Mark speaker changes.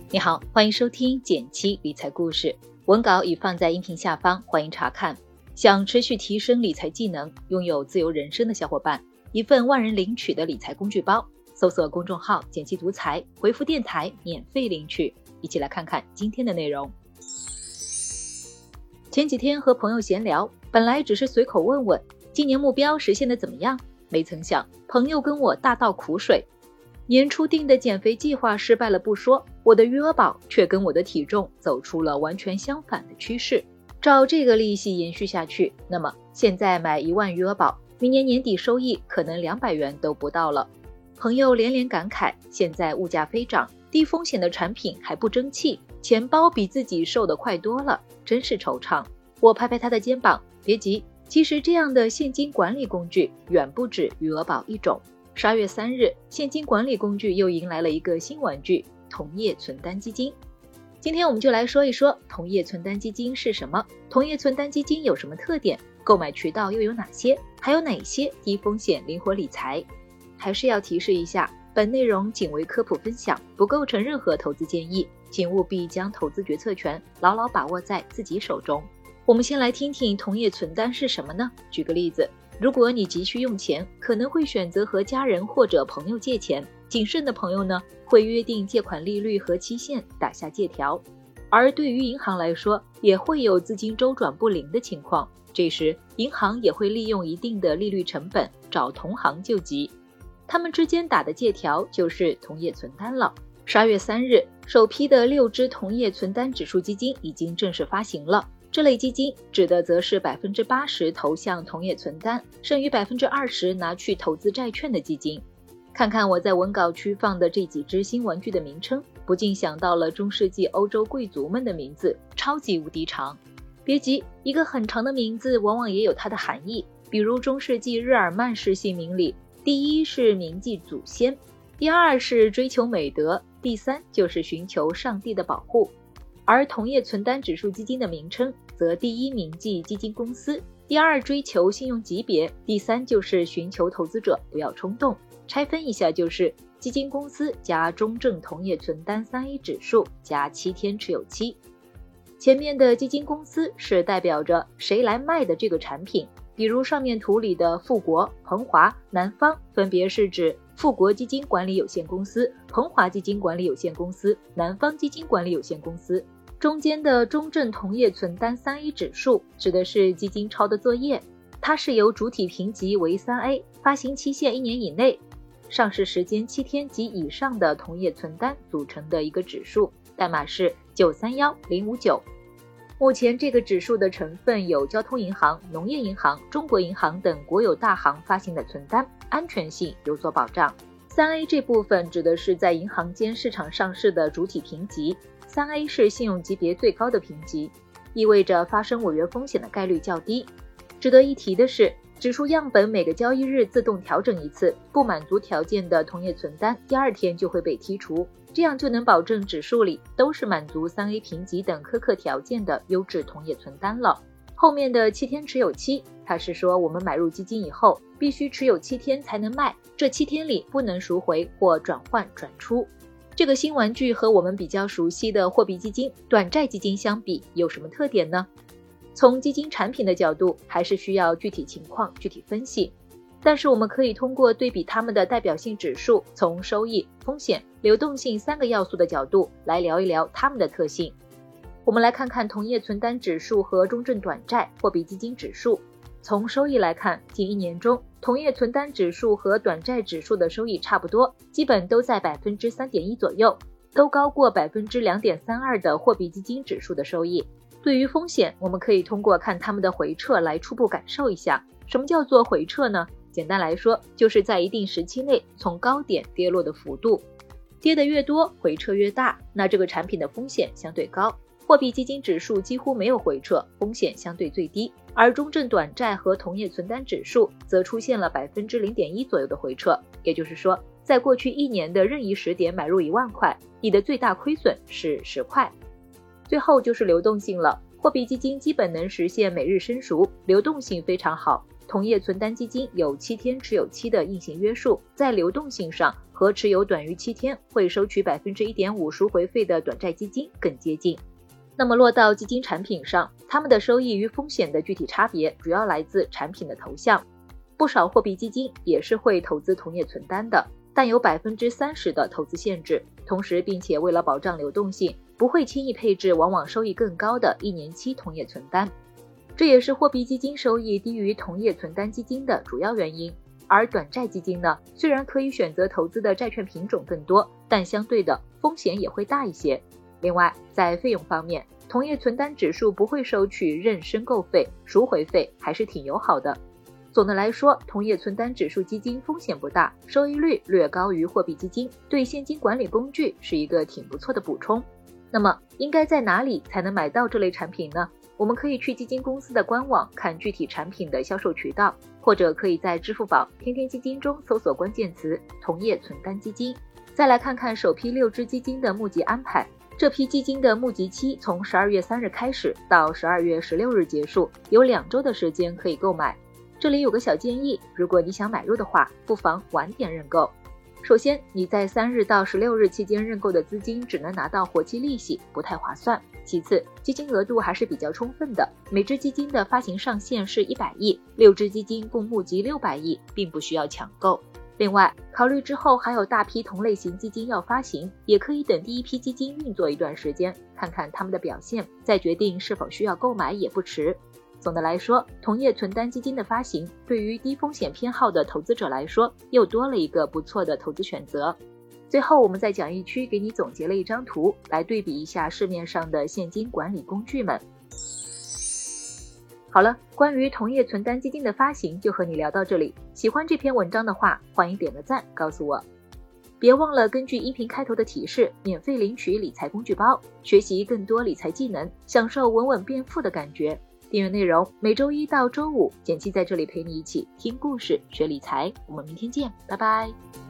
Speaker 1: 你好，欢迎收听减七理财故事，文稿已放在音频下方，欢迎查看。想持续提升理财技能，拥有自由人生的小伙伴，一份万人领取的理财工具包，搜索公众号减七独裁，回复电台免费领取。一起来看看今天的内容。前几天和朋友闲聊，本来只是随口问问今年目标实现的怎么样，没曾想朋友跟我大倒苦水。年初定的减肥计划失败了不说，我的余额宝却跟我的体重走出了完全相反的趋势。照这个利息延续下去，那么现在买1万余额宝，明年年底收益可能200元都不到了。朋友连连感慨，现在物价飞涨，低风险的产品还不争气，钱包比自己瘦得快多了，真是惆怅。我拍拍他的肩膀，别急，其实这样的现金管理工具远不止余额宝一种。12月3日，现金管理工具又迎来了一个新玩具——同业存单基金。今天我们就来说一说同业存单基金是什么，同业存单基金有什么特点，购买渠道又有哪些，还有哪些低风险灵活理财。还是要提示一下，本内容仅为科普分享，不构成任何投资建议，请务必将投资决策权牢牢把握在自己手中。我们先来听听同业存单是什么呢？举个例子，如果你急需用钱，可能会选择和家人或者朋友借钱，谨慎的朋友呢，会约定借款利率和期限，打下借条。而对于银行来说，也会有资金周转不灵的情况，这时银行也会利用一定的利率成本找同行救急，他们之间打的借条就是同业存单了。12月3日，首批的6只同业存单指数基金已经正式发行了。这类基金指的则是 80% 投向同业存单，剩余 20% 拿去投资债券的基金。看看我在文稿区放的这几只新玩具的名称，不禁想到了中世纪欧洲贵族们的名字，超级无敌长。别急，一个很长的名字往往也有它的含义，比如中世纪日耳曼式姓名里，第一是铭记祖先，第二是追求美德，第三就是寻求上帝的保护。而同业存单指数基金的名称则第一铭记基金公司，第二追求信用级别，第三就是寻求投资者不要冲动。拆分一下就是基金公司加中证同业存单3A 指数加7天持有期。前面的基金公司是代表着谁来卖的这个产品，比如上面图里的富国、鹏华、南方分别是指富国基金管理有限公司、鹏华基金管理有限公司、南方基金管理有限公司。中间的中证同业存单3A 指数指的是基金抄的作业，它是由主体评级为3A， 发行期限1年以内，上市时间7天及以上的同业存单组成的一个指数，代码是931059。目前这个指数的成分有交通银行、农业银行、中国银行等国有大行发行的存单，安全性有所保障。3A 这部分指的是在银行间市场上市的主体评级，3A 是信用级别最高的评级，意味着发生违约风险的概率较低。值得一提的是，指数样本每个交易日自动调整一次，不满足条件的同业存单第2天就会被剔除，这样就能保证指数里都是满足 3A 评级等苛刻条件的优质同业存单了。后面的7天持有期，它是说我们买入基金以后必须持有7天才能卖，这7天里不能赎回或转换转出。这个新玩具和我们比较熟悉的货币基金、短债基金相比有什么特点呢？从基金产品的角度，还是需要具体情况具体分析，但是我们可以通过对比它们的代表性指数，从收益、风险、流动性3个要素的角度来聊一聊它们的特性。我们来看看同业存单指数和中证短债货币基金指数。从收益来看，近1年中，同业存单指数和短债指数的收益差不多，基本都在 3.1% 左右，都高过 2.32% 的货币基金指数的收益。对于风险，我们可以通过看它们的回撤来初步感受一下。什么叫做回撤呢？简单来说，就是在一定时期内从高点跌落的幅度，跌得越多，回撤越大，那这个产品的风险相对高。货币基金指数几乎没有回撤，风险相对最低，而中证短债和同业存单指数则出现了 0.1% 左右的回撤，也就是说，在过去1年的任意时点买入1万块，你的最大亏损是10块。最后就是流动性了，货币基金基本能实现每日生赎，流动性非常好。 同业存单基金有7天持有期的硬性约束，在流动性上和持有短于7天会收取 1.5% 赎回费的短债基金更接近。那么落到基金产品上，它们的收益与风险的具体差别主要来自产品的投向。不少货币基金也是会投资同业存单的，但有 30% 的投资限制，同时并且为了保障流动性，不会轻易配置往往收益更高的1年期同业存单。这也是货币基金收益低于同业存单基金的主要原因。而短债基金呢，虽然可以选择投资的债券品种更多，但相对的风险也会大一些。另外，在费用方面，同业存单指数不会收取认申购费、赎回费，还是挺友好的。总的来说，同业存单指数基金风险不大，收益率略高于货币基金，对现金管理工具是一个挺不错的补充。那么，应该在哪里才能买到这类产品呢？我们可以去基金公司的官网看具体产品的销售渠道，或者可以在支付宝、天天基金中搜索关键词同业存单基金。再来看看首批6只基金的募集安排。这批基金的募集期从12月3日开始到12月16日结束，有2周的时间可以购买。这里有个小建议，如果你想买入的话，不妨晚点认购。首先，你在3日到16日期间认购的资金只能拿到活期利息，不太划算。其次，基金额度还是比较充分的，每只基金的发行上限是100亿，6只基金共募集600亿，并不需要抢购。另外，考虑之后还有大批同类型基金要发行，也可以等第一批基金运作一段时间，看看他们的表现，再决定是否需要购买也不迟。总的来说，同业存单基金的发行对于低风险偏好的投资者来说，又多了一个不错的投资选择。最后，我们在讲义区给你总结了一张图，来对比一下市面上的现金管理工具们。好了，关于同业存单基金的发行就和你聊到这里。喜欢这篇文章的话，欢迎点个赞告诉我。别忘了根据音频开头的提示，免费领取理财工具包，学习更多理财技能，享受稳稳变富的感觉。订阅内容每周1到周5，简七在这里陪你一起听故事学理财。我们明天见，拜拜。